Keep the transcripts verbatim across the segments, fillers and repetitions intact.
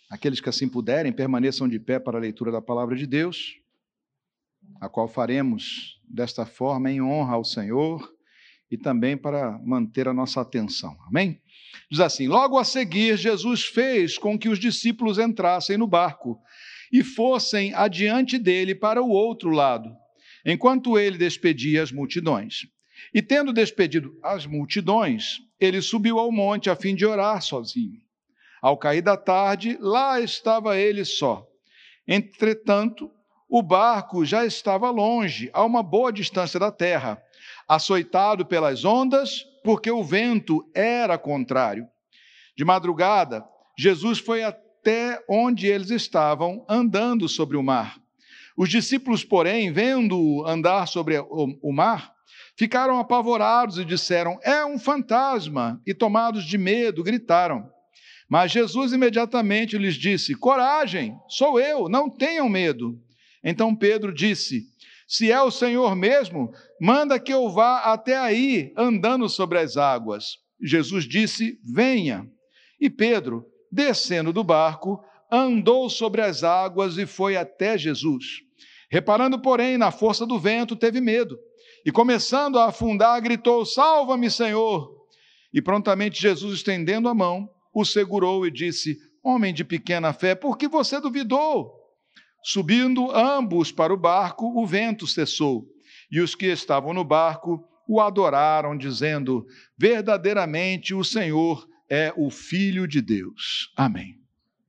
Aqueles que assim puderem, permaneçam de pé para a leitura da palavra de Deus, a qual faremos desta forma em honra ao Senhor e também para manter a nossa atenção. Amém? Diz assim: logo a seguir, Jesus fez com que os discípulos entrassem no barco e fossem adiante dele para o outro lado, enquanto ele despedia as multidões. E tendo despedido as multidões, ele subiu ao monte a fim de orar sozinho. Ao cair da tarde, lá estava ele só. Entretanto, o barco já estava longe, a uma boa distância da terra, açoitado pelas ondas, porque o vento era contrário. De madrugada, Jesus foi até onde eles estavam, andando sobre o mar. Os discípulos, porém, vendo-o andar sobre o mar, ficaram apavorados e disseram: é um fantasma, e tomados de medo, gritaram. Mas Jesus imediatamente lhes disse: coragem, sou eu, não tenham medo. Então Pedro disse: se é o Senhor mesmo, manda que eu vá até aí, andando sobre as águas. Jesus disse: venha. E Pedro, descendo do barco, andou sobre as águas e foi até Jesus. Reparando, porém, na força do vento, teve medo. E começando a afundar, gritou: salva-me, Senhor! E prontamente Jesus, estendendo a mão, o segurou e disse: homem de pequena fé, por que você duvidou? Subindo ambos para o barco, o vento cessou. E os que estavam no barco o adoraram, dizendo: verdadeiramente o Senhor é o Filho de Deus. Amém.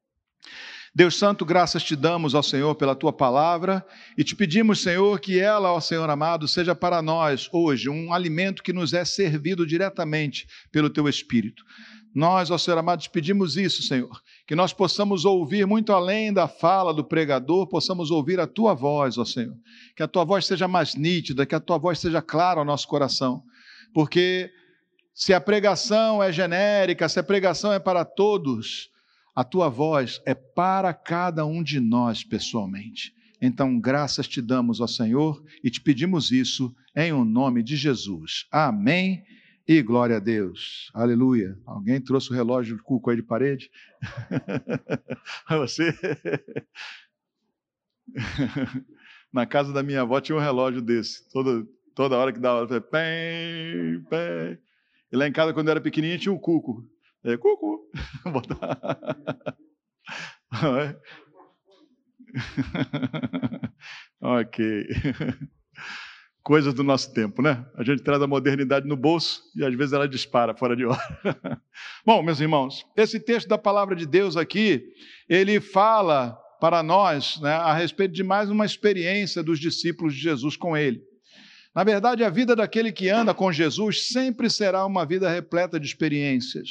Deus Santo, graças te damos ao Senhor pela tua palavra e te pedimos, Senhor, que ela, ó Senhor amado, seja para nós hoje um alimento que nos é servido diretamente pelo teu Espírito. Nós, ó Senhor amado, te pedimos isso, Senhor, que nós possamos ouvir muito além da fala do pregador, possamos ouvir a tua voz, ó Senhor, que a tua voz seja mais nítida, que a tua voz seja clara ao nosso coração, porque se a pregação é genérica, se a pregação é para todos, a tua voz é para cada um de nós pessoalmente. Então, graças te damos, ó Senhor, e te pedimos isso em o nome de Jesus. Amém e glória a Deus. Aleluia. Alguém trouxe o relógio de cuco aí de parede? Você? Na casa da minha avó tinha um relógio desse. Toda, toda hora que dava, pém, pém. E lá em casa, quando eu era pequenininho, tinha um cuco. É, cucu. Ok. Coisas do nosso tempo, né? A gente traz a modernidade no bolso e às vezes ela dispara fora de hora. Bom, meus irmãos, esse texto da palavra de Deus aqui, ele fala para nós, né, a respeito de mais uma experiência dos discípulos de Jesus com ele. Na verdade, a vida daquele que anda com Jesus sempre será uma vida repleta de experiências.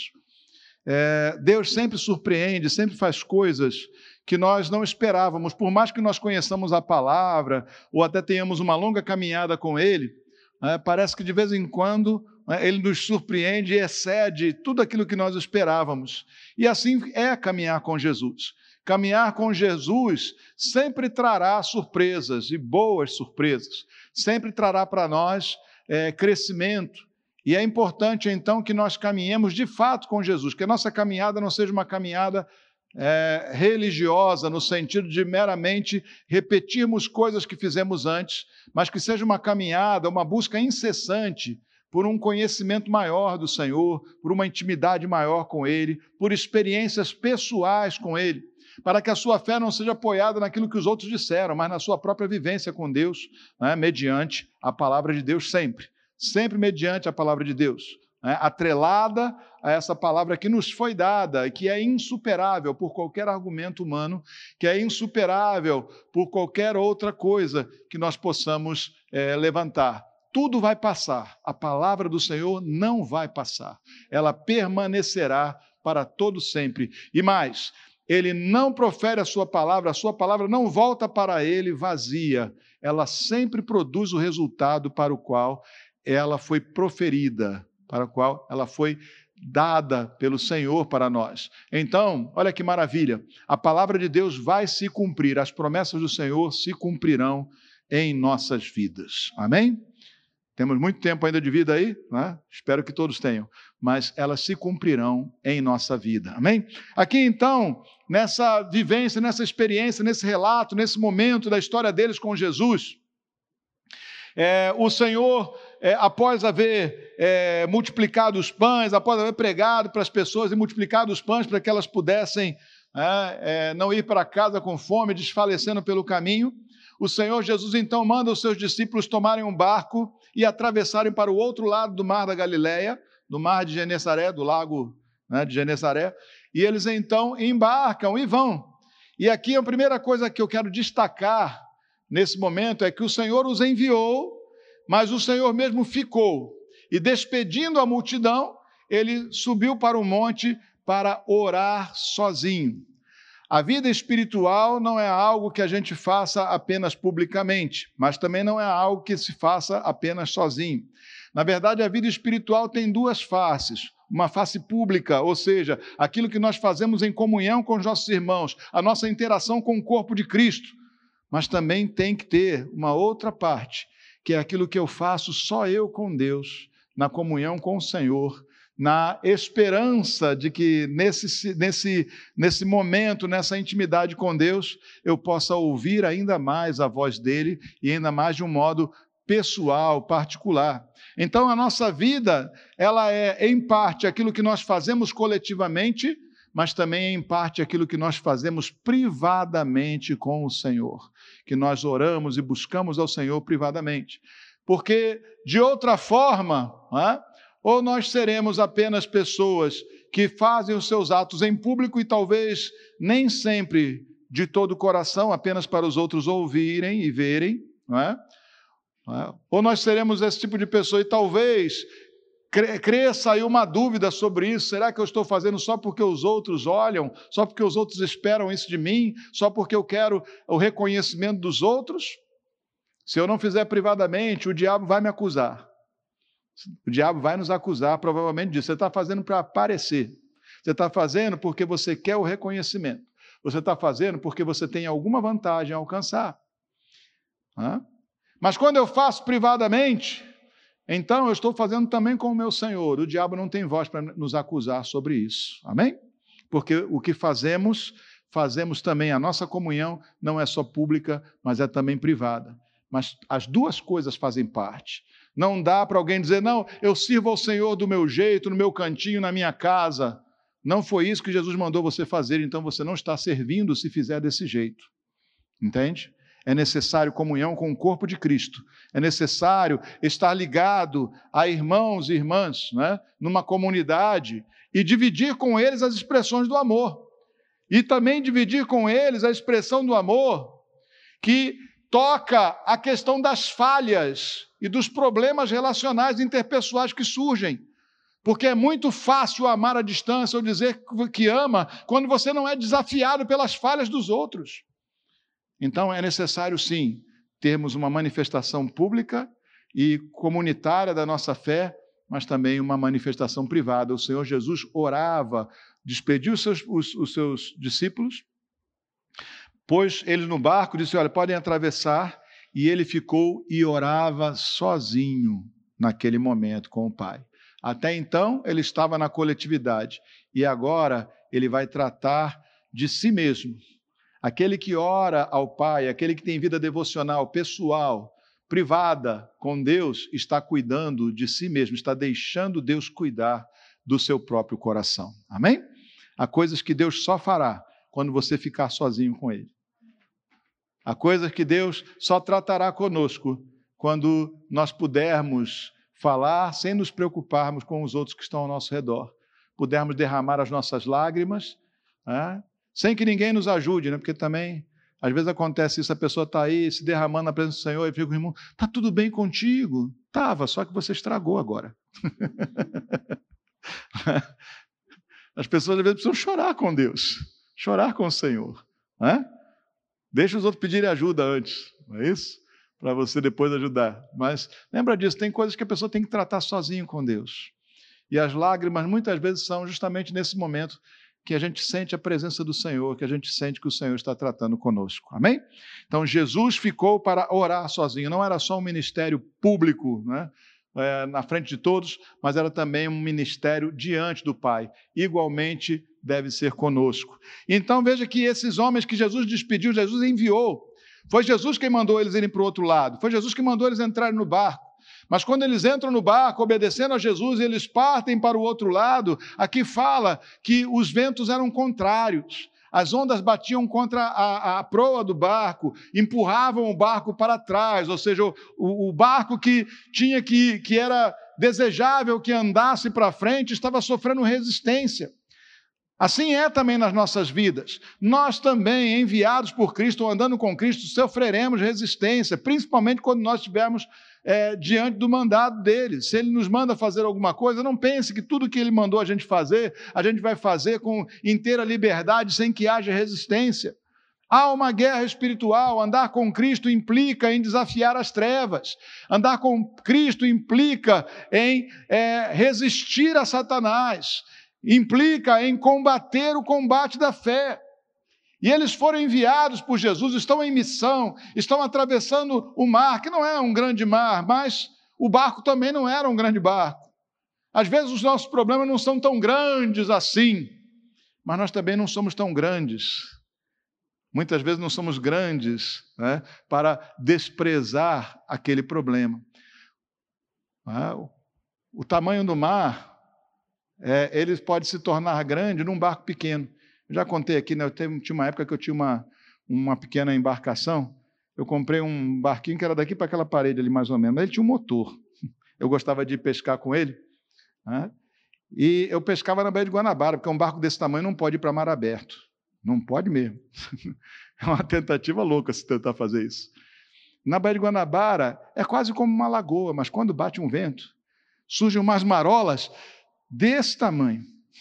É, Deus sempre surpreende, sempre faz coisas que nós não esperávamos, por mais que nós conheçamos a palavra, ou até tenhamos uma longa caminhada com Ele, é, parece que de vez em quando é, Ele nos surpreende e excede tudo aquilo que nós esperávamos. E assim é caminhar com Jesus. Caminhar com Jesus sempre trará surpresas, e boas surpresas, sempre trará para nós é, crescimento. E é importante, então, que nós caminhemos de fato com Jesus, que a nossa caminhada não seja uma caminhada é, religiosa, no sentido de meramente repetirmos coisas que fizemos antes, mas que seja uma caminhada, uma busca incessante por um conhecimento maior do Senhor, por uma intimidade maior com Ele, por experiências pessoais com Ele, para que a sua fé não seja apoiada naquilo que os outros disseram, mas na sua própria vivência com Deus, né, mediante a palavra de Deus sempre. Sempre mediante a palavra de Deus, né? Atrelada a essa palavra que nos foi dada e que é insuperável por qualquer argumento humano, que é insuperável por qualquer outra coisa que nós possamos é, levantar. Tudo vai passar, a palavra do Senhor não vai passar, ela permanecerá para todo sempre. E mais, Ele não profere a sua palavra, a sua palavra não volta para Ele vazia, ela sempre produz o resultado para o qual ela foi proferida, para a qual ela foi dada pelo Senhor para nós. Então, olha que maravilha, a palavra de Deus vai se cumprir, as promessas do Senhor se cumprirão em nossas vidas. Amém? Temos muito tempo ainda de vida aí, né? Espero que todos tenham, mas elas se cumprirão em nossa vida, amém? Aqui então, nessa vivência, nessa experiência, nesse relato, nesse momento da história deles com Jesus, é, o Senhor, é, após haver é, multiplicado os pães, após haver pregado para as pessoas e multiplicado os pães para que elas pudessem é, é, não ir para casa com fome, desfalecendo pelo caminho, o Senhor Jesus então manda os seus discípulos tomarem um barco e atravessarem para o outro lado do mar da Galileia, do mar de Genesaré, do lago, né, de Genesaré, e eles então embarcam e vão. E aqui a primeira coisa que eu quero destacar nesse momento é que o Senhor os enviou, mas o Senhor mesmo ficou. E despedindo a multidão, ele subiu para o monte para orar sozinho. A vida espiritual não é algo que a gente faça apenas publicamente, mas também não é algo que se faça apenas sozinho. Na verdade, a vida espiritual tem duas faces. Uma face pública, ou seja, aquilo que nós fazemos em comunhão com os nossos irmãos, a nossa interação com o corpo de Cristo. Mas também tem que ter uma outra parte, que é aquilo que eu faço só eu com Deus, na comunhão com o Senhor, na esperança de que nesse, nesse, nesse momento, nessa intimidade com Deus, eu possa ouvir ainda mais a voz dele e ainda mais de um modo pessoal, particular. Então, a nossa vida, ela é, em parte, aquilo que nós fazemos coletivamente, mas também, em parte, aquilo que nós fazemos privadamente com o Senhor, que nós oramos e buscamos ao Senhor privadamente. Porque, de outra forma, não é? Ou nós seremos apenas pessoas que fazem os seus atos em público e talvez nem sempre de todo o coração, apenas para os outros ouvirem e verem, não é? Não é? Ou nós seremos esse tipo de pessoa e talvez cresça aí uma dúvida sobre isso. Será que eu estou fazendo só porque os outros olham? Só porque os outros esperam isso de mim? Só porque eu quero o reconhecimento dos outros? Se eu não fizer privadamente, o diabo vai me acusar. O diabo vai nos acusar provavelmente disso. Você está fazendo para aparecer. Você está fazendo porque você quer o reconhecimento. Você está fazendo porque você tem alguma vantagem a alcançar. Hã? Mas quando eu faço privadamente, então eu estou fazendo também com o meu Senhor. O diabo não tem voz para nos acusar sobre isso. Amém? Porque o que fazemos, fazemos também. A nossa comunhão não é só pública, mas é também privada. Mas as duas coisas fazem parte. Não dá para alguém dizer, não, eu sirvo ao Senhor do meu jeito, no meu cantinho, na minha casa. Não foi isso que Jesus mandou você fazer, então você não está servindo se fizer desse jeito. Entende? É necessário comunhão com o corpo de Cristo. É necessário estar ligado a irmãos e irmãs, né, numa comunidade e dividir com eles as expressões do amor. E também dividir com eles a expressão do amor que toca a questão das falhas e dos problemas relacionais interpessoais que surgem. Porque é muito fácil amar à distância ou dizer que ama quando você não é desafiado pelas falhas dos outros. Então é necessário, sim, termos uma manifestação pública e comunitária da nossa fé, mas também uma manifestação privada. O Senhor Jesus orava, despediu os seus, os, os seus discípulos, pôs eles no barco, disse, olha, podem atravessar, e ele ficou e orava sozinho naquele momento com o Pai. Até então, ele estava na coletividade, e agora ele vai tratar de si mesmo. Aquele que ora ao Pai, aquele que tem vida devocional, pessoal, privada com Deus, está cuidando de si mesmo, está deixando Deus cuidar do seu próprio coração. Amém? Há coisas que Deus só fará quando você ficar sozinho com Ele. Há coisas que Deus só tratará conosco quando nós pudermos falar sem nos preocuparmos com os outros que estão ao nosso redor. Pudermos derramar as nossas lágrimas, né? Sem que ninguém nos ajude, né? Porque também, às vezes acontece isso, a pessoa está aí se derramando na presença do Senhor e fica, irmão, está tudo bem contigo? Estava, só que você estragou agora. As pessoas às vezes precisam chorar com Deus, chorar com o Senhor, né? Deixa os outros pedirem ajuda antes, não é isso? Para você depois ajudar. Mas lembra disso, tem coisas que a pessoa tem que tratar sozinho com Deus. E as lágrimas muitas vezes são justamente nesse momento que a gente sente a presença do Senhor, que a gente sente que o Senhor está tratando conosco. Amém? Então, Jesus ficou para orar sozinho. Não era só um ministério público, né? É, na frente de todos, mas era também um ministério diante do Pai. Igualmente deve ser conosco. Então, veja que esses homens que Jesus despediu, Jesus enviou. Foi Jesus quem mandou eles irem para o outro lado. Foi Jesus que mandou eles entrarem no barco. Mas quando eles entram no barco, obedecendo a Jesus, eles partem para o outro lado. Aqui fala que os ventos eram contrários. As ondas batiam contra a, a proa do barco, empurravam o barco para trás, ou seja, o, o barco que tinha que, que era desejável que andasse para frente, estava sofrendo resistência. Assim é também nas nossas vidas. Nós também, enviados por Cristo, ou andando com Cristo, sofreremos resistência, principalmente quando nós estivermos é, diante do mandado dele. Se ele nos manda fazer alguma coisa, não pense que tudo que ele mandou a gente fazer, a gente vai fazer com inteira liberdade, sem que haja resistência. Há uma guerra espiritual. Andar com Cristo implica em desafiar as trevas. Andar com Cristo implica em é, resistir a Satanás. Implica em combater o combate da fé. E eles foram enviados por Jesus, estão em missão, estão atravessando o mar, que não é um grande mar, mas o barco também não era um grande barco. Às vezes os nossos problemas não são tão grandes assim, mas nós também não somos tão grandes. Muitas vezes não somos grandes, né, para desprezar aquele problema. O tamanho do mar, é, ele pode se tornar grande num barco pequeno. Eu já contei aqui, né, eu teve, tinha uma época que eu tinha uma, uma pequena embarcação. Eu comprei um barquinho que era daqui para aquela parede ali, mais ou menos. Mas ele tinha um motor. Eu gostava de pescar com ele, né? E eu pescava na Baía de Guanabara, porque um barco desse tamanho não pode ir para mar aberto. Não pode mesmo. É uma tentativa louca se tentar fazer isso. Na Baía de Guanabara é quase como uma lagoa, mas quando bate um vento, surgem umas marolas desse tamanho.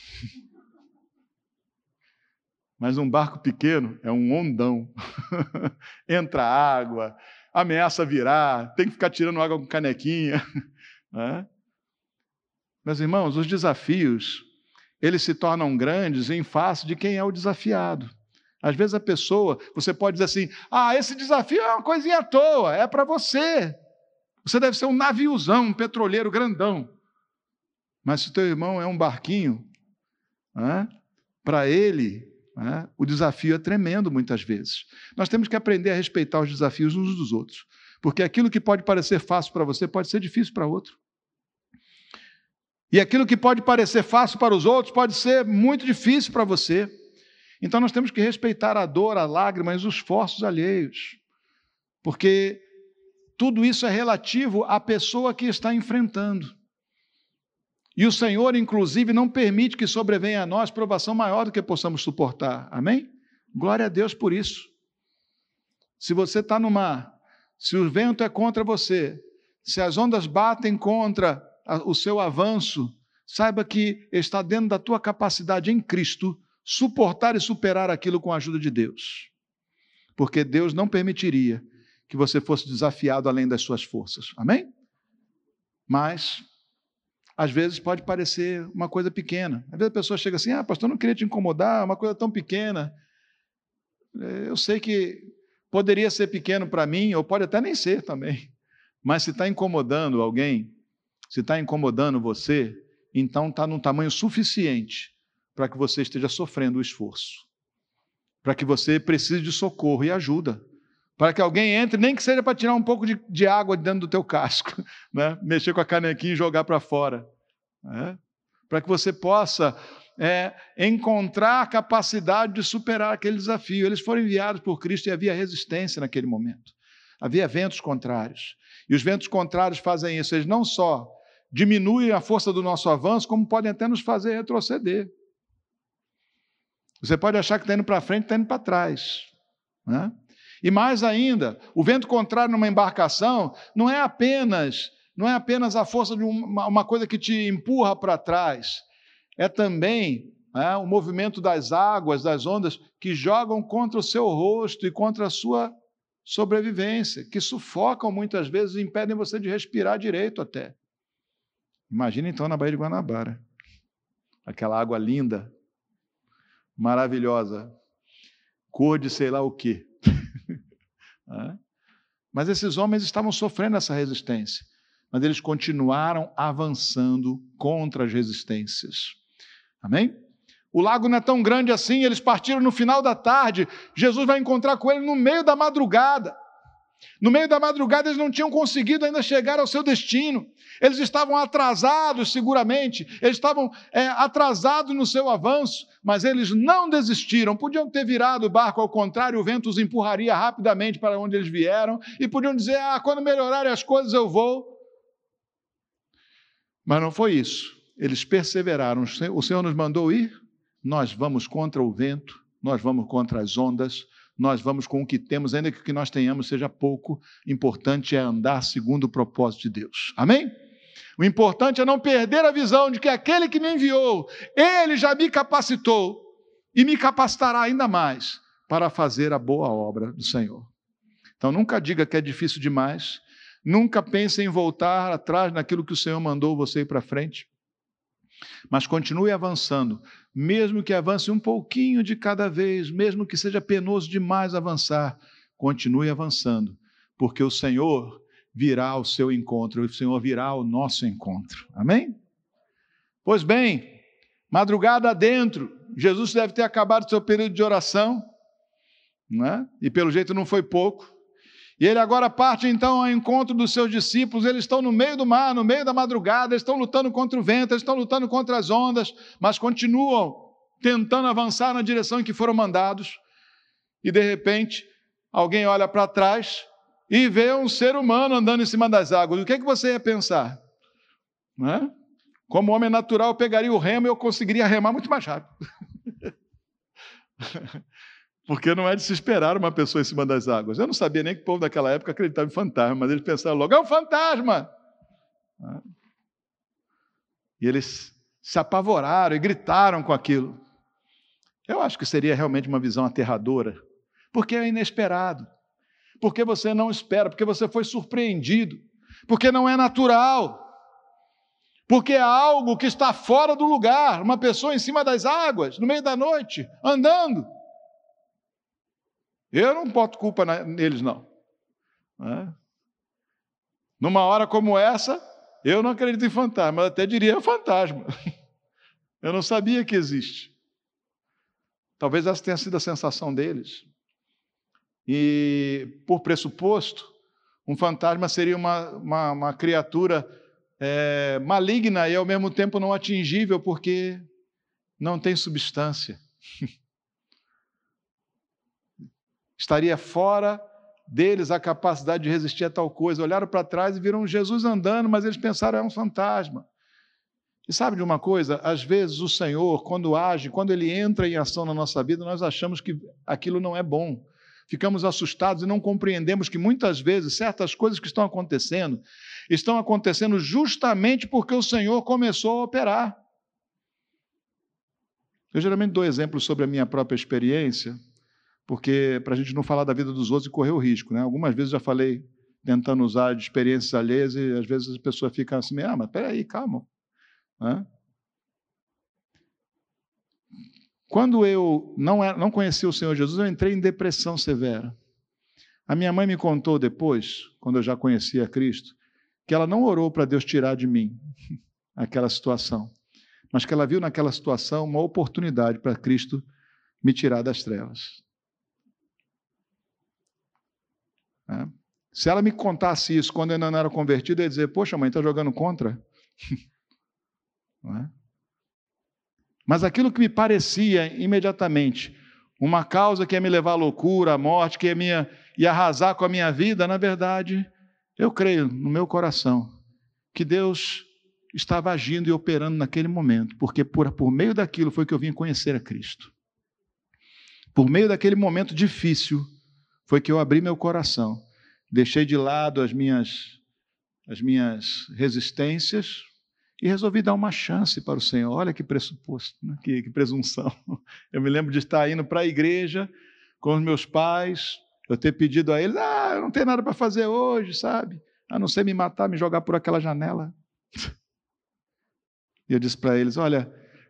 Mas um barco pequeno é um ondão. Entra água, ameaça virar, tem que ficar tirando água com canequinha. Né? Meus irmãos, os desafios, eles se tornam grandes em face de quem é o desafiado. Às vezes a pessoa, você pode dizer assim, ah, esse desafio é uma coisinha à toa, é para você. Você deve ser um naviozão, um petroleiro grandão. Mas se o teu irmão é um barquinho, né, para ele, né, o desafio é tremendo muitas vezes. Nós temos que aprender a respeitar os desafios uns dos outros, porque aquilo que pode parecer fácil para você pode ser difícil para outro. E aquilo que pode parecer fácil para os outros pode ser muito difícil para você. Então nós temos que respeitar a dor, a lágrima e os esforços alheios, porque tudo isso é relativo à pessoa que está enfrentando. E o Senhor, inclusive, não permite que sobrevenha a nós provação maior do que possamos suportar. Amém? Glória a Deus por isso. Se você está no mar, se o vento é contra você, se as ondas batem contra o seu avanço, saiba que está dentro da tua capacidade em Cristo suportar e superar aquilo com a ajuda de Deus. Porque Deus não permitiria que você fosse desafiado além das suas forças. Amém? Mas às vezes pode parecer uma coisa pequena. Às vezes a pessoa chega assim, ah, pastor, eu não queria te incomodar, uma coisa tão pequena. Eu sei que poderia ser pequeno para mim, ou pode até nem ser também. Mas se está incomodando alguém, se está incomodando você, então está num tamanho suficiente para que você esteja sofrendo o esforço. Para que você precise de socorro e ajuda. Para que alguém entre, nem que seja para tirar um pouco de, de água dentro do teu casco, né? Mexer com a canequinha e jogar para fora. Né? Para que você possa é, encontrar a capacidade de superar aquele desafio. Eles foram enviados por Cristo e havia resistência naquele momento. Havia ventos contrários. E os ventos contrários fazem isso. Eles não só diminuem a força do nosso avanço, como podem até nos fazer retroceder. Você pode achar que está indo para frente, está indo para trás. Né? E mais ainda, o vento contrário numa embarcação não é apenas, não é apenas a força de uma, uma coisa que te empurra para trás, é também é, o movimento das águas, das ondas, que jogam contra o seu rosto e contra a sua sobrevivência, que sufocam muitas vezes e impedem você de respirar direito até. Imagina então na Baía de Guanabara, aquela água linda, maravilhosa, cor de sei lá o quê. Mas esses homens estavam sofrendo essa resistência, mas eles continuaram avançando contra as resistências. Amém? O lago não é tão grande assim, eles partiram no final da tarde, Jesus vai encontrar com ele no meio da madrugada. No meio da madrugada eles não tinham conseguido ainda chegar ao seu destino, eles estavam atrasados seguramente, eles estavam é, atrasados no seu avanço, mas eles não desistiram. Podiam ter virado o barco ao contrário, o vento os empurraria rapidamente para onde eles vieram, e podiam dizer, ah, quando melhorarem as coisas eu vou. Mas não foi isso, eles perseveraram. O Senhor nos mandou ir, nós vamos contra o vento, nós vamos contra as ondas, nós vamos com o que temos, ainda que o que nós tenhamos seja pouco, importante é andar segundo o propósito de Deus. Amém? O importante é não perder a visão de que aquele que me enviou, ele já me capacitou e me capacitará ainda mais para fazer a boa obra do Senhor. Então nunca diga que é difícil demais, nunca pense em voltar atrás naquilo que o Senhor mandou você ir para frente, mas continue avançando, mesmo que avance um pouquinho de cada vez, mesmo que seja penoso demais avançar, continue avançando, porque o Senhor virá ao seu encontro, o Senhor virá ao nosso encontro. Amém? Pois bem, madrugada adentro, Jesus deve ter acabado o seu período de oração, não é? E pelo jeito não foi pouco. E ele agora parte então ao encontro dos seus discípulos, eles estão no meio do mar, no meio da madrugada, eles estão lutando contra o vento, eles estão lutando contra as ondas, mas continuam tentando avançar na direção em que foram mandados. E de repente, alguém olha para trás e vê um ser humano andando em cima das águas. O que é que você ia pensar? Não é? Como homem natural, eu pegaria o remo e eu conseguiria remar muito mais rápido. Porque não é de se esperar uma pessoa em cima das águas. Eu não sabia nem que o povo daquela época acreditava em fantasma, mas eles pensaram logo, é um fantasma! E eles se apavoraram e gritaram com aquilo. Eu acho que seria realmente uma visão aterradora, porque é inesperado, porque você não espera, porque você foi surpreendido, porque não é natural, porque é algo que está fora do lugar, uma pessoa em cima das águas, no meio da noite, andando. Eu não boto culpa neles, não. É. Numa hora como essa, eu não acredito em fantasma, eu até diria fantasma. Eu não sabia que existe. Talvez essa tenha sido a sensação deles. E, por pressuposto, um fantasma seria uma, uma, uma criatura é, maligna e, ao mesmo tempo, não atingível, porque não tem substância. Estaria fora deles a capacidade de resistir a tal coisa. Olharam para trás e viram Jesus andando, mas eles pensaram, é um fantasma. E sabe de uma coisa? Às vezes o Senhor, quando age, quando Ele entra em ação na nossa vida, nós achamos que aquilo não é bom. Ficamos assustados e não compreendemos que muitas vezes certas coisas que estão acontecendo, estão acontecendo justamente porque o Senhor começou a operar. Eu geralmente dou exemplos sobre a minha própria experiência, porque para a gente não falar da vida dos outros e correr o risco, né? Algumas vezes já falei tentando usar de experiências alheias e às vezes as pessoas ficam assim, ah, mas peraí, calma. Né? Quando eu não, era, não conheci o Senhor Jesus, eu entrei em depressão severa. A minha mãe me contou depois, quando eu já conhecia Cristo, que ela não orou para Deus tirar de mim aquela situação, mas que ela viu naquela situação uma oportunidade para Cristo me tirar das trevas. É. Se ela me contasse isso quando eu ainda não era convertido, eu ia dizer, poxa mãe, está jogando contra? Não é? Mas aquilo que me parecia imediatamente uma causa que ia me levar à loucura, à morte, que ia, me, ia arrasar com a minha vida, na verdade, eu creio no meu coração que Deus estava agindo e operando naquele momento, porque por, por meio daquilo foi que eu vim conhecer a Cristo. Por meio daquele momento difícil, foi que eu abri meu coração, deixei de lado as minhas, as minhas resistências e resolvi dar uma chance para o Senhor. Olha que pressuposto, né? que, que presunção. Eu me lembro de estar indo para a igreja com os meus pais, eu ter pedido a eles, ah, eu não tenho nada para fazer hoje, sabe? A não ser me matar, me jogar por aquela janela. E eu disse para eles, olha,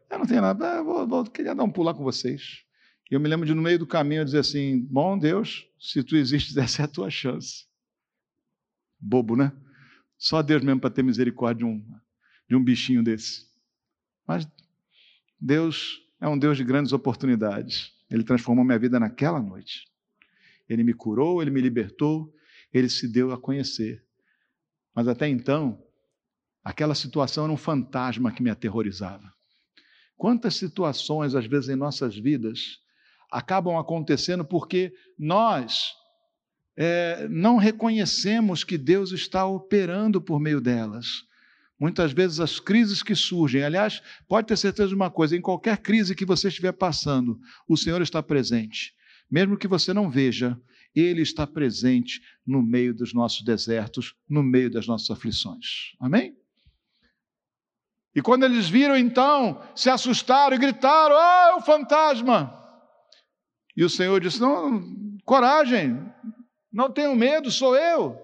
Eu não tenho nada, eu vou, vou, queria dar um pular com vocês. E eu me lembro de, no meio do caminho, eu dizer assim, bom Deus, se tu existes, essa é a tua chance. Bobo, né? Só Deus mesmo para ter misericórdia de um, de um bichinho desse. Mas Deus é um Deus de grandes oportunidades. Ele transformou minha vida naquela noite. Ele me curou, Ele me libertou, Ele se deu a conhecer. Mas até então, aquela situação era um fantasma que me aterrorizava. Quantas situações, às vezes, em nossas vidas, acabam acontecendo porque nós é, não reconhecemos que Deus está operando por meio delas. Muitas vezes as crises que surgem, aliás, pode ter certeza de uma coisa, em qualquer crise que você estiver passando, o Senhor está presente. Mesmo que você não veja, Ele está presente no meio dos nossos desertos, no meio das nossas aflições. Amém? E quando eles viram, então, se assustaram e gritaram, ah, é o fantasma! E o Senhor disse, não, coragem, não tenham medo, sou eu.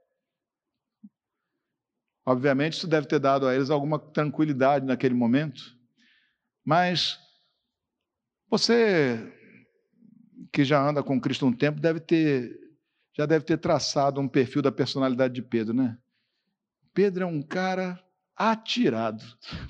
Obviamente, isso deve ter dado a eles alguma tranquilidade naquele momento. Mas você que já anda com Cristo um tempo, deve ter, já deve ter traçado um perfil da personalidade de Pedro, né? Pedro é um cara atirado.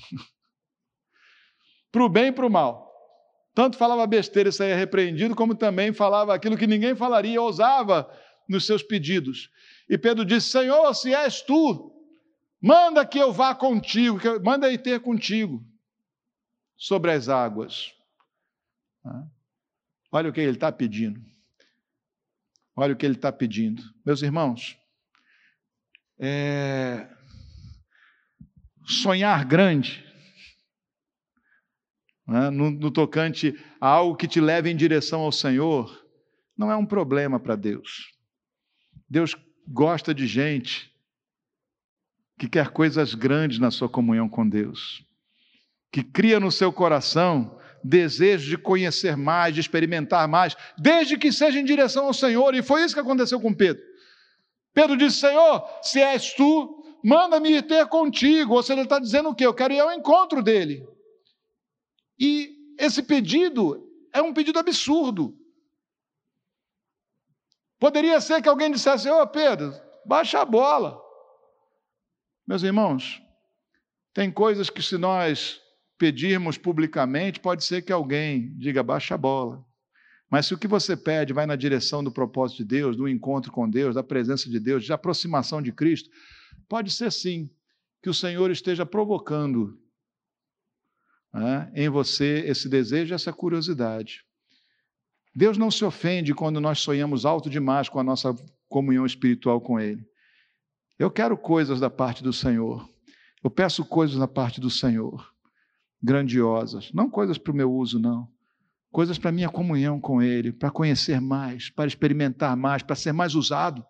Para o bem e para o mal. Tanto falava besteira e saía repreendido, como também falava aquilo que ninguém falaria, ousava nos seus pedidos. E Pedro disse, Senhor, se és tu, manda que eu vá contigo, que eu, manda eu ter contigo sobre as águas. Olha o que ele está pedindo. Olha o que ele está pedindo. Meus irmãos, é... sonhar grande, né, no, no tocante a algo que te leve em direção ao Senhor, não é um problema para Deus. Deus gosta de gente que quer coisas grandes na sua comunhão com Deus, que cria no seu coração desejo de conhecer mais, de experimentar mais, desde que seja em direção ao Senhor, e foi isso que aconteceu com Pedro. Pedro disse, Senhor, se és tu, manda-me ir ter contigo, ou seja, ele está dizendo o quê? Eu quero ir ao encontro dele. E esse pedido é um pedido absurdo. Poderia ser que alguém dissesse, ô Pedro, baixa a bola. Meus irmãos, tem coisas que se nós pedirmos publicamente, pode ser que alguém diga, baixa a bola. Mas se o que você pede vai na direção do propósito de Deus, do encontro com Deus, da presença de Deus, de aproximação de Cristo, pode ser sim que o Senhor esteja provocando, né, em você esse desejo e essa curiosidade. Deus não se ofende quando nós sonhamos alto demais com a nossa comunhão espiritual com Ele. Eu quero coisas da parte do Senhor. Eu peço coisas da parte do Senhor, grandiosas. Não coisas para o meu uso, não. Coisas para a minha comunhão com Ele, para conhecer mais, para experimentar mais, para ser mais usado.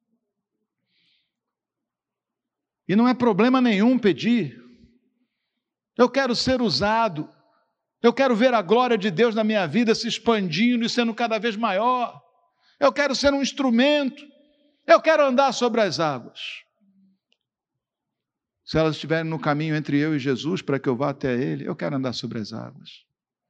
E não é problema nenhum pedir. Eu quero ser usado. Eu quero ver a glória de Deus na minha vida se expandindo e sendo cada vez maior. Eu quero ser um instrumento. Eu quero andar sobre as águas. Se elas estiverem no caminho entre eu e Jesus para que eu vá até Ele, eu quero andar sobre as águas.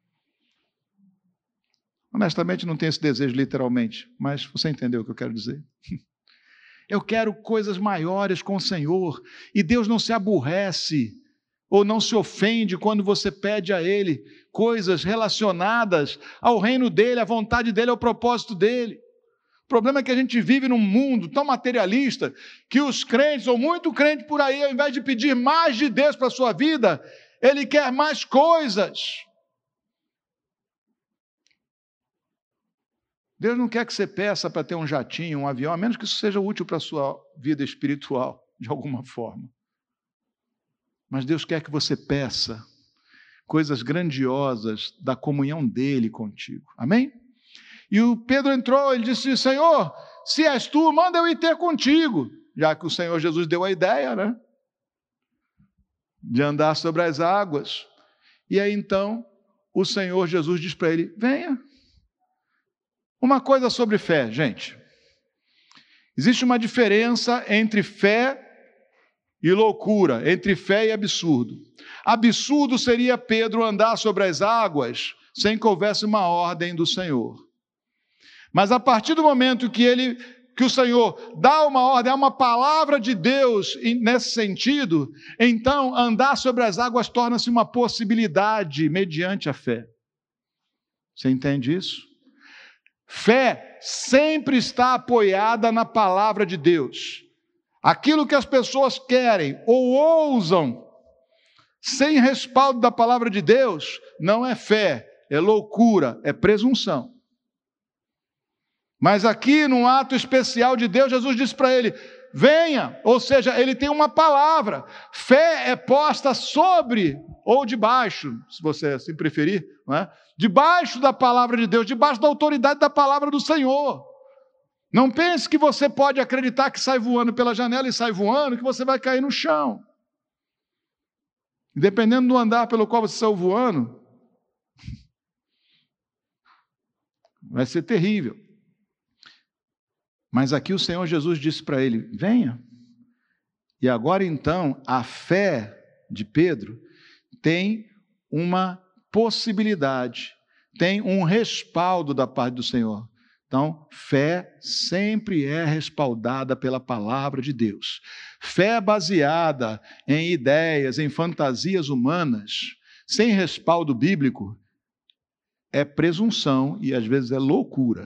Honestamente, não tenho esse desejo literalmente, mas você entendeu o que eu quero dizer. Eu quero coisas maiores com o Senhor, e Deus não se aborrece ou não se ofende quando você pede a Ele coisas relacionadas ao reino dEle, à vontade dEle, ao propósito dEle. O problema é que a gente vive num mundo tão materialista que os crentes, ou muito crente por aí, ao invés de pedir mais de Deus para a sua vida, ele quer mais coisas. Deus não quer que você peça para ter um jatinho, um avião, a menos que isso seja útil para a sua vida espiritual, de alguma forma. Mas Deus quer que você peça coisas grandiosas da comunhão dEle contigo. Amém? E o Pedro entrou, ele disse, Senhor, se és tu, manda eu ir ter contigo. Já que o Senhor Jesus deu a ideia, né? De andar sobre as águas. E aí então, o Senhor Jesus diz para ele, venha. Uma coisa sobre fé, gente. Existe uma diferença entre fé e loucura, entre fé e absurdo. Absurdo seria Pedro andar sobre as águas sem que houvesse uma ordem do Senhor. Mas a partir do momento que ele, que o Senhor dá uma ordem, há uma palavra de Deus nesse sentido, então andar sobre as águas torna-se uma possibilidade mediante a fé. Você entende isso? Fé sempre está apoiada na palavra de Deus. Aquilo que as pessoas querem ou ousam, sem respaldo da palavra de Deus, não é fé, é loucura, é presunção. Mas aqui, num ato especial de Deus, Jesus disse para ele, venha, ou seja, ele tem uma palavra. Fé é posta sobre ou debaixo, se você assim preferir, não é? Debaixo da palavra de Deus, debaixo da autoridade da palavra do Senhor. Não pense que você pode acreditar que sai voando pela janela e sai voando, que você vai cair no chão. Dependendo do andar pelo qual você saiu voando, vai ser terrível. Mas aqui o Senhor Jesus disse para ele, venha. E agora então, a fé de Pedro tem uma possibilidade, tem um respaldo da parte do Senhor. Então, fé sempre é respaldada pela palavra de Deus. Fé baseada em ideias, em fantasias humanas, sem respaldo bíblico, é presunção e às vezes é loucura.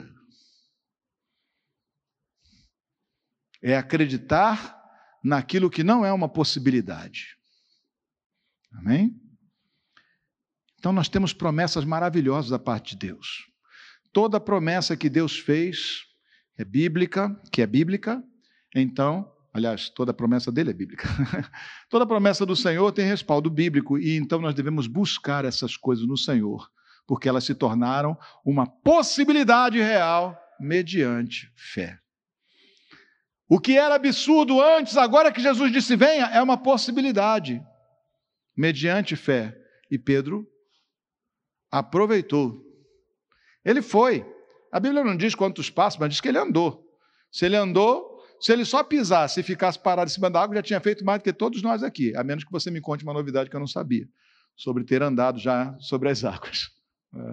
É acreditar naquilo que não é uma possibilidade. Amém? Então nós temos promessas maravilhosas da parte de Deus. Toda promessa que Deus fez é bíblica, que é bíblica, então, aliás, toda promessa dele é bíblica. Toda promessa do Senhor tem respaldo bíblico e então nós devemos buscar essas coisas no Senhor, porque elas se tornaram uma possibilidade real mediante fé. O que era absurdo antes, agora que Jesus disse venha, é uma possibilidade mediante fé. E Pedro aproveitou. Ele foi. A Bíblia não diz quantos passos, mas diz que ele andou. Se ele andou, se ele só pisasse e ficasse parado em cima da água, já tinha feito mais do que todos nós aqui, a menos que você me conte uma novidade que eu não sabia, sobre ter andado já sobre as águas. É.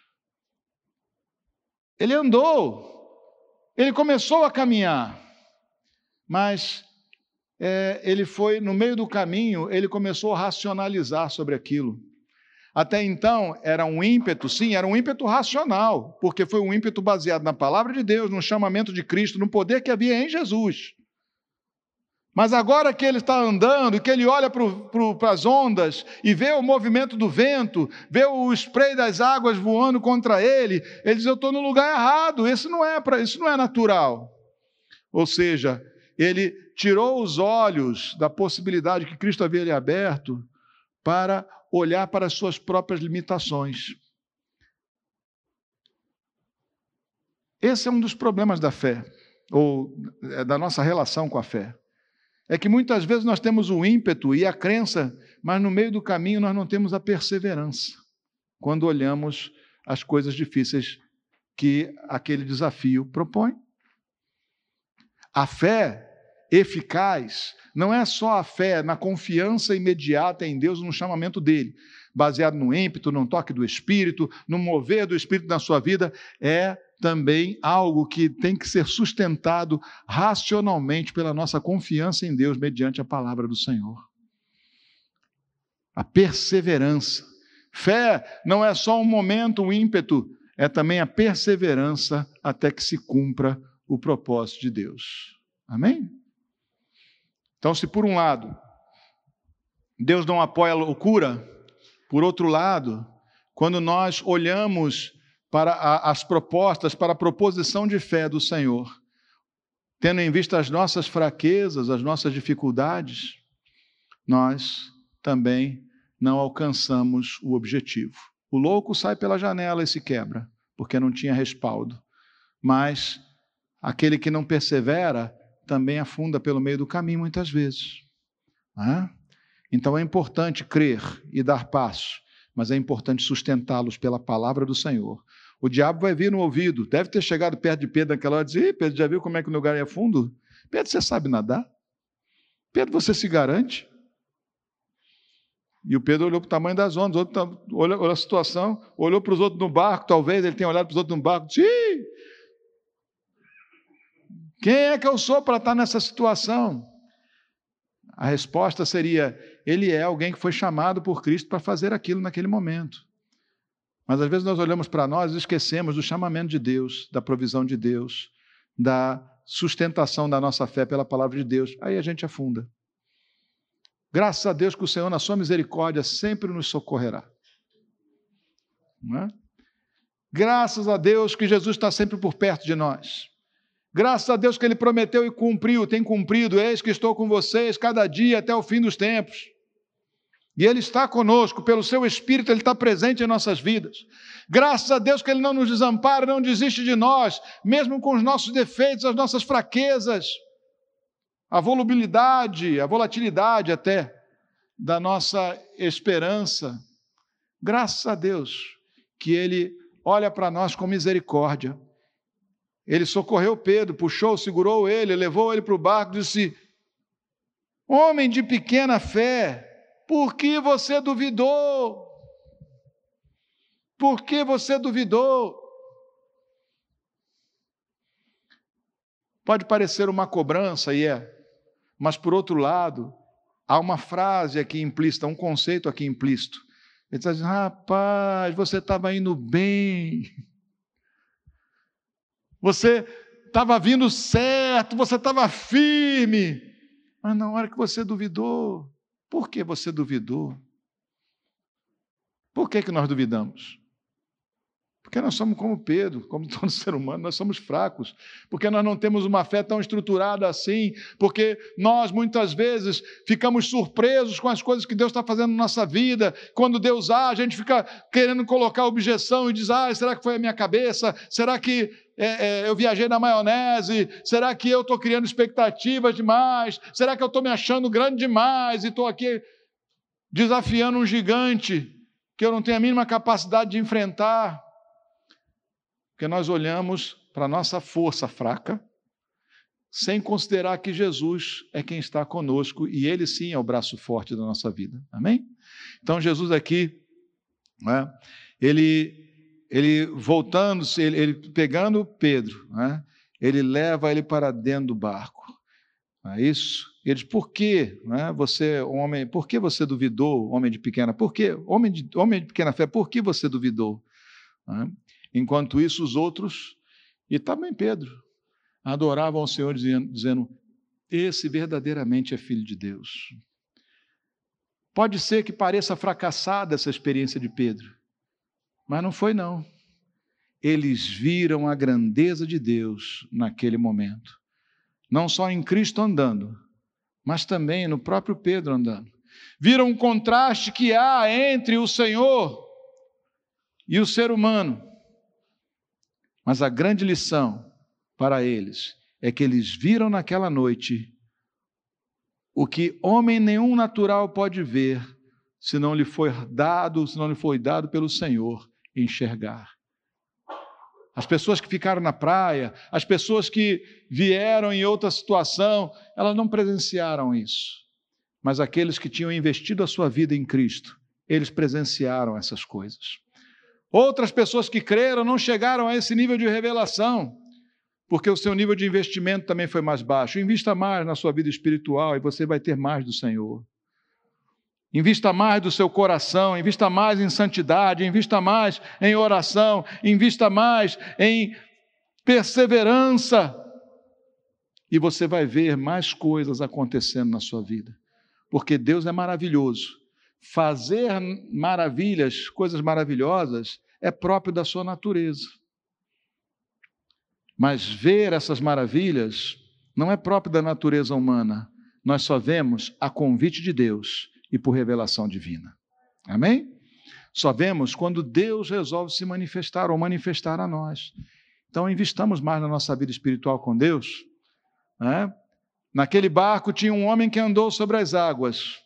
Ele andou, ele começou a caminhar, mas é, ele foi, no meio do caminho, ele começou a racionalizar sobre aquilo. Até então, era um ímpeto, sim, era um ímpeto racional, porque foi um ímpeto baseado na palavra de Deus, no chamamento de Cristo, no poder que havia em Jesus. Mas agora que ele está andando, que ele olha para as ondas e vê o movimento do vento, vê o spray das águas voando contra ele, ele diz, eu estou no lugar errado, isso não é, pra, isso não é natural. Ou seja, ele tirou os olhos da possibilidade que Cristo havia lhe aberto para olhar para as suas próprias limitações. Esse é um dos problemas da fé, ou da nossa relação com a fé. É que muitas vezes nós temos o ímpeto e a crença, mas no meio do caminho nós não temos a perseverança, quando olhamos as coisas difíceis que aquele desafio propõe. A fé eficaz não é só a fé na confiança imediata em Deus, no chamamento dele, baseado no ímpeto, no toque do Espírito, no mover do Espírito na sua vida, é também algo que tem que ser sustentado racionalmente pela nossa confiança em Deus, mediante a palavra do Senhor. A perseverança. Fé não é só um momento, um ímpeto, é também a perseverança até que se cumpra o propósito de Deus. Amém? Então, se por um lado, Deus não apoia a loucura, por outro lado, quando nós olhamos para a, as propostas, para a proposição de fé do Senhor, tendo em vista as nossas fraquezas, as nossas dificuldades, nós também não alcançamos o objetivo. O louco sai pela janela e se quebra, porque não tinha respaldo. Mas aquele que não persevera também afunda pelo meio do caminho muitas vezes. Né? Então é importante crer e dar passos, mas é importante sustentá-los pela palavra do Senhor. O diabo vai vir no ouvido, deve ter chegado perto de Pedro naquela hora e dizer, Pedro, já viu como é que o lugar é fundo? Pedro, você sabe nadar? Pedro, você se garante? E o Pedro olhou para o tamanho das ondas, outro, olhou, olhou a situação, olhou para os outros no barco, talvez ele tenha olhado para os outros no barco, disse, quem é que eu sou para estar nessa situação? A resposta seria, ele é alguém que foi chamado por Cristo para fazer aquilo naquele momento. Mas às vezes nós olhamos para nós e esquecemos do chamamento de Deus, da provisão de Deus, da sustentação da nossa fé pela palavra de Deus. Aí a gente afunda. Graças a Deus que o Senhor, na sua misericórdia, sempre nos socorrerá. Não é? Graças a Deus que Jesus está sempre por perto de nós. Graças a Deus que Ele prometeu e cumpriu, tem cumprido. Eis que estou com vocês cada dia até o fim dos tempos. E Ele está conosco, pelo Seu Espírito, Ele está presente em nossas vidas. Graças a Deus que Ele não nos desampara, não desiste de nós, mesmo com os nossos defeitos, as nossas fraquezas, a volubilidade, a volatilidade até da nossa esperança. Graças a Deus que Ele olha para nós com misericórdia. Ele socorreu Pedro, puxou, segurou ele, levou ele para o barco e disse, homem de pequena fé, por que você duvidou? Por que você duvidou? Pode parecer uma cobrança, e é, mas por outro lado, há uma frase aqui implícita, um conceito aqui implícito. Ele diz assim, rapaz, você estava indo bem, você estava vindo certo, você estava firme, mas na hora que você duvidou, por que você duvidou? Por que que nós duvidamos? Porque nós somos como Pedro, como todo ser humano, nós somos fracos, porque nós não temos uma fé tão estruturada assim, porque nós muitas vezes ficamos surpresos com as coisas que Deus está fazendo na nossa vida. Quando Deus age, a gente fica querendo colocar objeção e diz, ah, será que foi a minha cabeça? Será que é, é, eu viajei na maionese? Será que eu estou criando expectativas demais? Será que eu estou me achando grande demais e estou aqui desafiando um gigante que eu não tenho a mínima capacidade de enfrentar? Porque nós olhamos para a nossa força fraca, sem considerar que Jesus é quem está conosco e Ele sim é o braço forte da nossa vida. Amém? Então Jesus aqui, né, ele, ele voltando-se, ele, ele pegando Pedro, né, ele leva ele para dentro do barco. É isso? Ele diz, por que, né, você, homem, por que você duvidou, homem de pequena? Por que, homem de, homem de pequena fé, por que você duvidou? Né? Enquanto isso, os outros, e também Pedro, adoravam o Senhor dizendo, dizendo, esse verdadeiramente é Filho de Deus. Pode ser que pareça fracassada essa experiência de Pedro, mas não foi não. Eles viram a grandeza de Deus naquele momento. Não só em Cristo andando, mas também no próprio Pedro andando. Viram o contraste que há entre o Senhor e o ser humano. Mas a grande lição para eles é que eles viram naquela noite o que homem nenhum natural pode ver, se não lhe foi dado, se não lhe foi dado pelo Senhor enxergar. As pessoas que ficaram na praia, as pessoas que vieram em outra situação, elas não presenciaram isso. Mas aqueles que tinham investido a sua vida em Cristo, eles presenciaram essas coisas. Outras pessoas que creram não chegaram a esse nível de revelação, porque o seu nível de investimento também foi mais baixo. Invista mais na sua vida espiritual e você vai ter mais do Senhor. Invista mais do seu coração, invista mais em santidade, invista mais em oração, invista mais em perseverança. E você vai ver mais coisas acontecendo na sua vida, porque Deus é maravilhoso. Fazer maravilhas, coisas maravilhosas, é próprio da sua natureza. Mas ver essas maravilhas não é próprio da natureza humana. Nós só vemos a convite de Deus e por revelação divina. Amém? Só vemos quando Deus resolve se manifestar ou manifestar a nós. Então, investamos mais na nossa vida espiritual com Deus. Né? Naquele barco tinha um homem que andou sobre as águas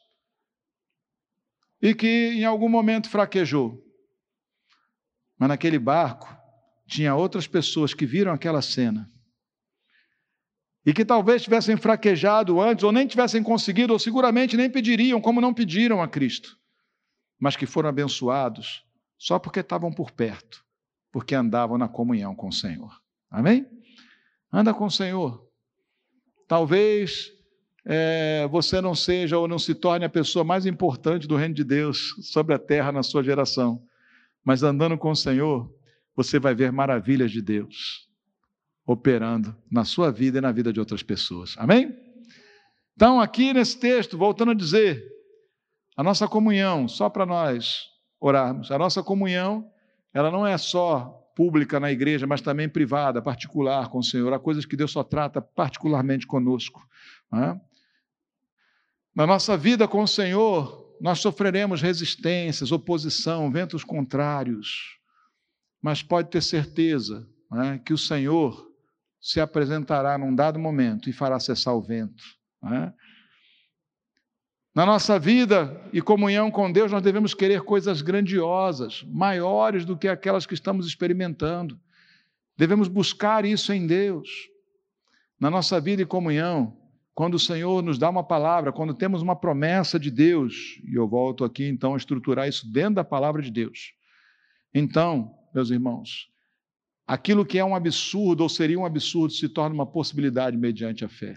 e que em algum momento fraquejou. Mas naquele barco tinha outras pessoas que viram aquela cena e que talvez tivessem fraquejado antes, ou nem tivessem conseguido, ou seguramente nem pediriam, como não pediram a Cristo, mas que foram abençoados só porque estavam por perto, porque andavam na comunhão com o Senhor. Amém? Anda com o Senhor. Talvez é, você não seja ou não se torne a pessoa mais importante do reino de Deus sobre a terra na sua geração, mas andando com o Senhor, você vai ver maravilhas de Deus operando na sua vida e na vida de outras pessoas. Amém? Então, aqui nesse texto, voltando a dizer, a nossa comunhão, só para nós orarmos, a nossa comunhão, ela não é só pública na igreja, mas também privada, particular com o Senhor. Há coisas que Deus só trata particularmente conosco. Não é? Na nossa vida com o Senhor, nós sofreremos resistências, oposição, ventos contrários, mas pode ter certeza, não é, que o Senhor se apresentará num dado momento e fará cessar o vento. Não é? Na nossa vida e comunhão com Deus, nós devemos querer coisas grandiosas, maiores do que aquelas que estamos experimentando. Devemos buscar isso em Deus. Na nossa vida e comunhão, quando o Senhor nos dá uma palavra, quando temos uma promessa de Deus, e eu volto aqui então a estruturar isso dentro da palavra de Deus. Então, meus irmãos, aquilo que é um absurdo ou seria um absurdo se torna uma possibilidade mediante a fé.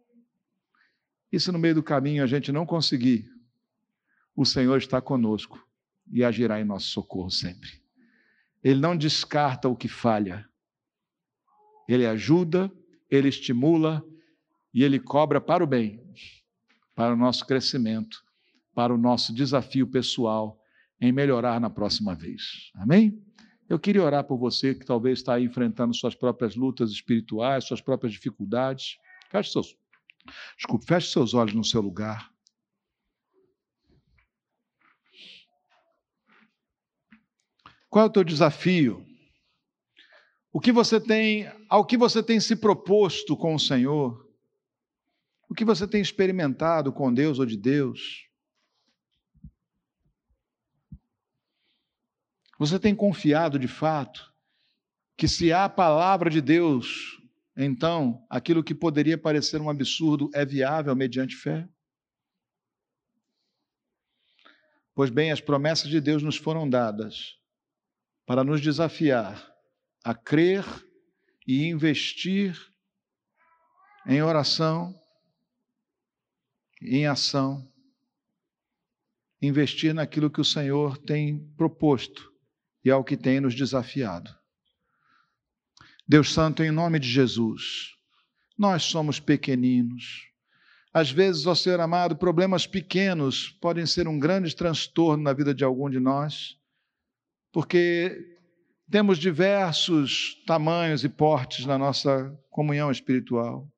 E se no meio do caminho a gente não conseguir, o Senhor está conosco e agirá em nosso socorro sempre. Ele não descarta o que falha. Ele ajuda, Ele estimula e Ele cobra para o bem, para o nosso crescimento, para o nosso desafio pessoal em melhorar na próxima vez. Amém? Eu queria orar por você que talvez está aí enfrentando suas próprias lutas espirituais, suas próprias dificuldades. Feche seus Desculpe, feche seus olhos no seu lugar. Qual é o teu desafio? O que você tem, ao que você tem se proposto com o Senhor? O que você tem experimentado com Deus ou de Deus? Você tem confiado de fato que se há a palavra de Deus, então, aquilo que poderia parecer um absurdo é viável mediante fé? Pois bem, as promessas de Deus nos foram dadas para nos desafiar a crer e investir em oração, em ação, investir naquilo que o Senhor tem proposto e ao que tem nos desafiado. Deus Santo, em nome de Jesus, nós somos pequeninos. Às vezes, ó Senhor amado, problemas pequenos podem ser um grande transtorno na vida de algum de nós, porque temos diversos tamanhos e portes na nossa comunhão espiritual.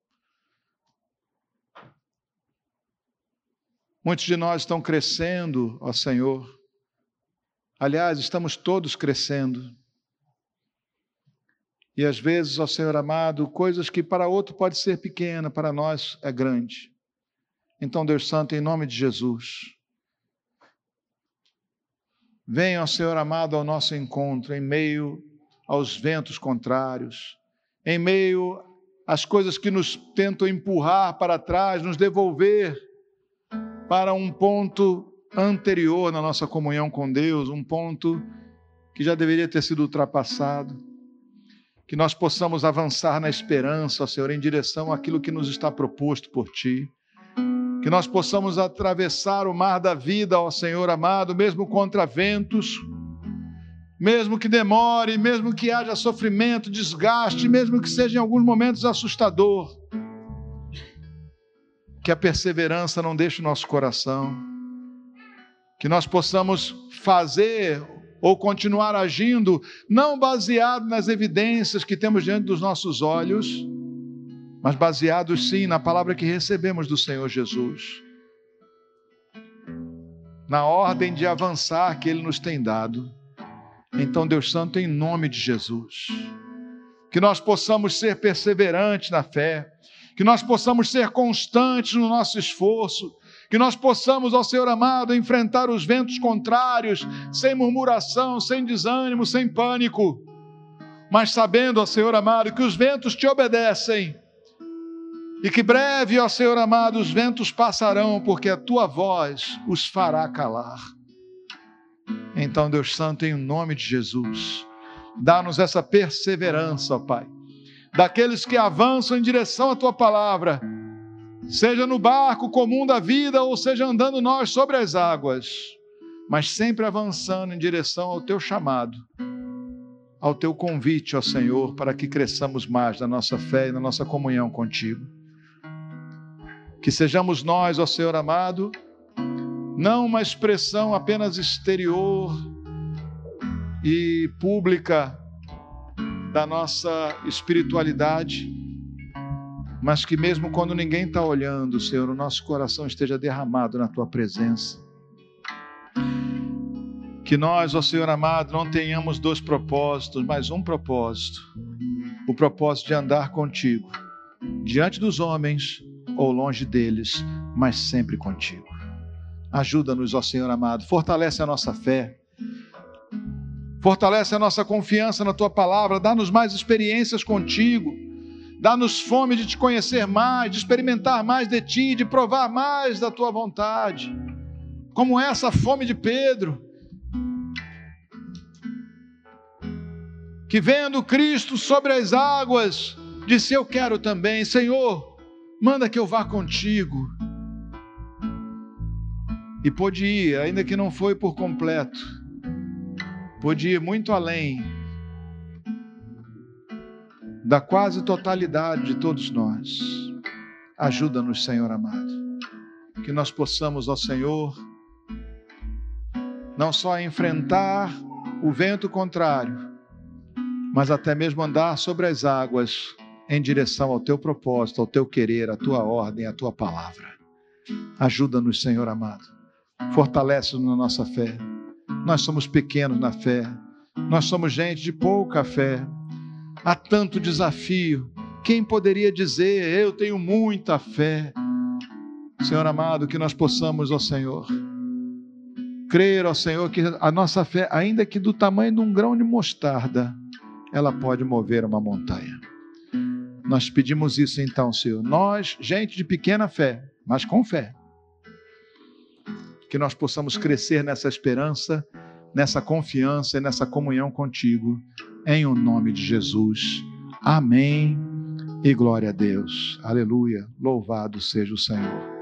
Muitos de nós estão crescendo, ó Senhor. Aliás, estamos todos crescendo. E às vezes, ó Senhor amado, coisas que para outro pode ser pequena, para nós é grande. Então, Deus Santo, em nome de Jesus, venha, ó Senhor amado, ao nosso encontro, em meio aos ventos contrários, em meio às coisas que nos tentam empurrar para trás, nos devolver para um ponto anterior na nossa comunhão com Deus, um ponto que já deveria ter sido ultrapassado. Que nós possamos avançar na esperança, ó Senhor, em direção àquilo que nos está proposto por Ti. Que nós possamos atravessar o mar da vida, ó Senhor amado, mesmo contra ventos, mesmo que demore, mesmo que haja sofrimento, desgaste, mesmo que seja em alguns momentos assustador. Que a perseverança não deixe o nosso coração. Que nós possamos fazer ou continuar agindo, não baseado nas evidências que temos diante dos nossos olhos, mas baseados sim na palavra que recebemos do Senhor Jesus, na ordem de avançar que Ele nos tem dado. Então, Deus Santo, em nome de Jesus, que nós possamos ser perseverantes na fé, que nós possamos ser constantes no nosso esforço, que nós possamos, ó Senhor amado, enfrentar os ventos contrários, sem murmuração, sem desânimo, sem pânico, mas sabendo, ó Senhor amado, que os ventos te obedecem, E que breve, ó Senhor amado, os ventos passarão, porque a tua voz os fará calar. Então, Deus Santo, em nome de Jesus, dá-nos essa perseverança, ó Pai, daqueles que avançam em direção à tua palavra, seja no barco comum da vida, ou seja andando nós sobre as águas, mas sempre avançando em direção ao teu chamado, ao teu convite, ó Senhor, para que cresçamos mais na nossa fé e na nossa comunhão contigo. Que sejamos nós, ó Senhor amado, não uma expressão apenas exterior e pública da nossa espiritualidade, mas que mesmo quando ninguém está olhando, Senhor, o nosso coração esteja derramado na tua presença. Que nós, ó Senhor amado, não tenhamos dois propósitos, mas um propósito. O propósito de andar contigo, diante dos homens ou longe deles, mas sempre contigo. Ajuda-nos, ó Senhor amado, fortalece a nossa fé, fortalece a nossa confiança na tua palavra, dá-nos mais experiências contigo, dá-nos fome de te conhecer mais, de experimentar mais de ti, de provar mais da tua vontade, como essa fome de Pedro, que vendo Cristo sobre as águas, disse: eu quero também, Senhor, manda que eu vá contigo. E pôde ir, ainda que não foi por completo, pôde ir muito além da quase totalidade de todos nós. Ajuda-nos, Senhor amado, que nós possamos, ó Senhor, não só enfrentar o vento contrário, mas até mesmo andar sobre as águas em direção ao teu propósito, ao teu querer, à tua ordem, à tua palavra. Ajuda-nos, Senhor amado. Fortalece-nos na nossa fé. Nós somos pequenos na fé. Nós somos gente de pouca fé. Há tanto desafio. Quem poderia dizer: eu tenho muita fé? Senhor amado, que nós possamos, ó Senhor, crer, ó Senhor, que a nossa fé, ainda que do tamanho de um grão de mostarda, ela pode mover uma montanha. Nós pedimos isso então, Senhor. Nós, gente de pequena fé, mas com fé, que nós possamos crescer nessa esperança, nessa confiança e nessa comunhão contigo, em o nome de Jesus. Amém e glória a Deus. Aleluia. Louvado seja o Senhor.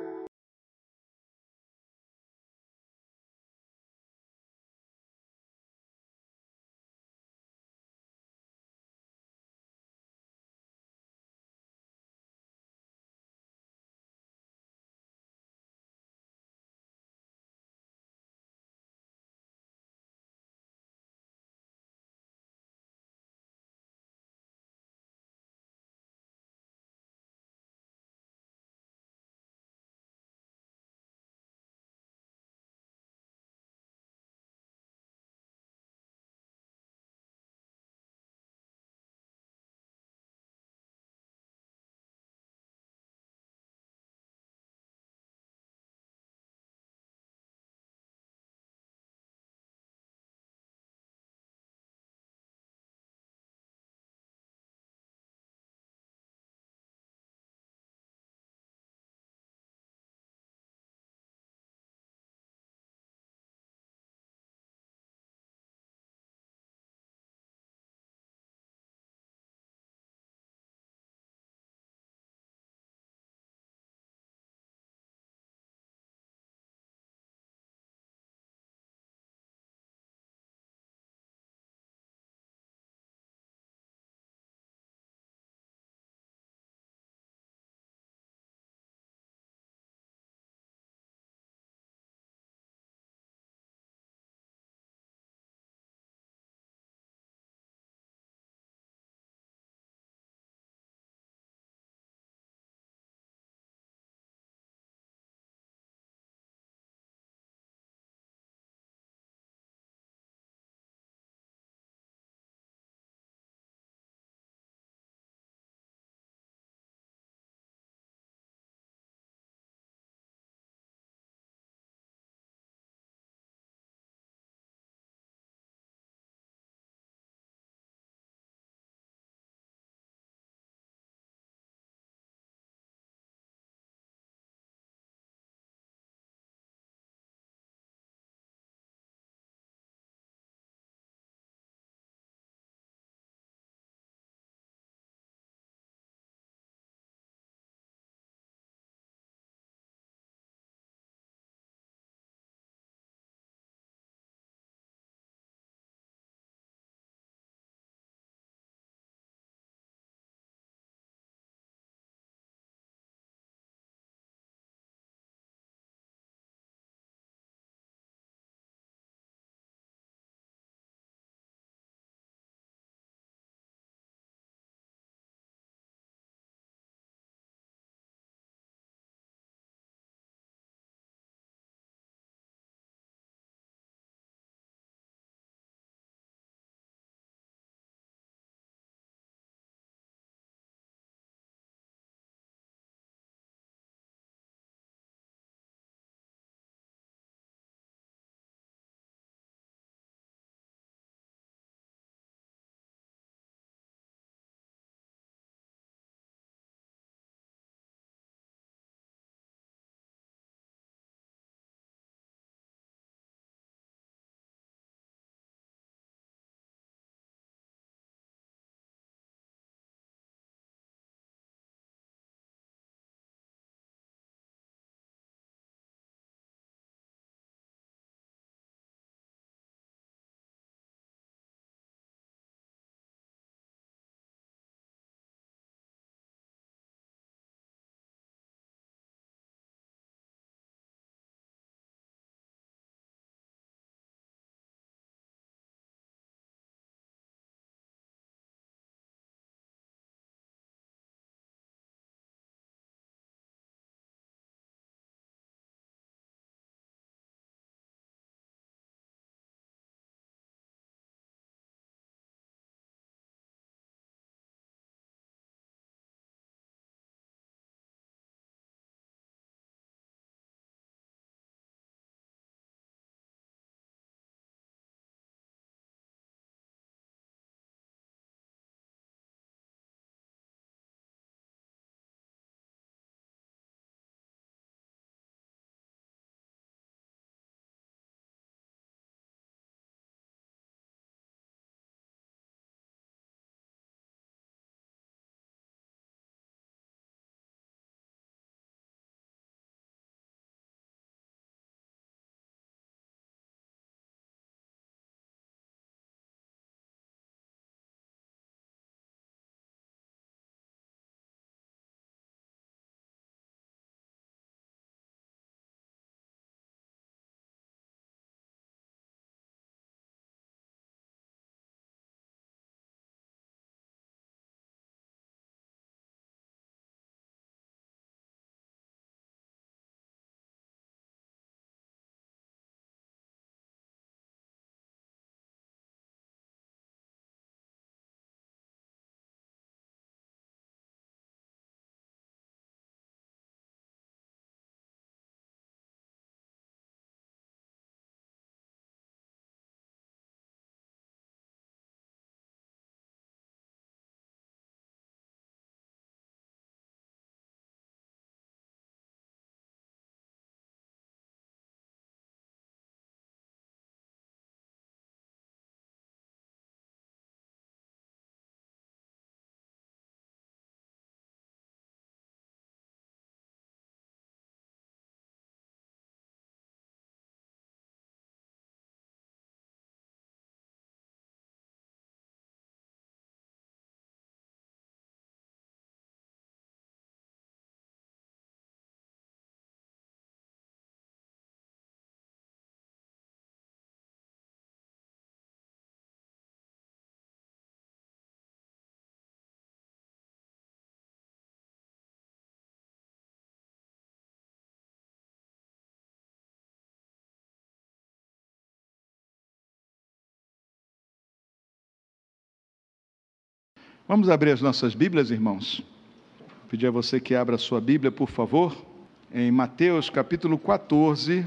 Vamos abrir as nossas Bíblias, irmãos? Vou pedir a você que abra a sua Bíblia, por favor, em Mateus capítulo quatorze,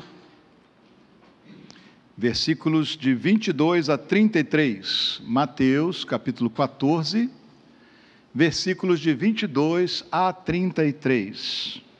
versículos de vinte e dois a trinta e três. Mateus capítulo quatorze, versículos de vinte e dois a trinta e três.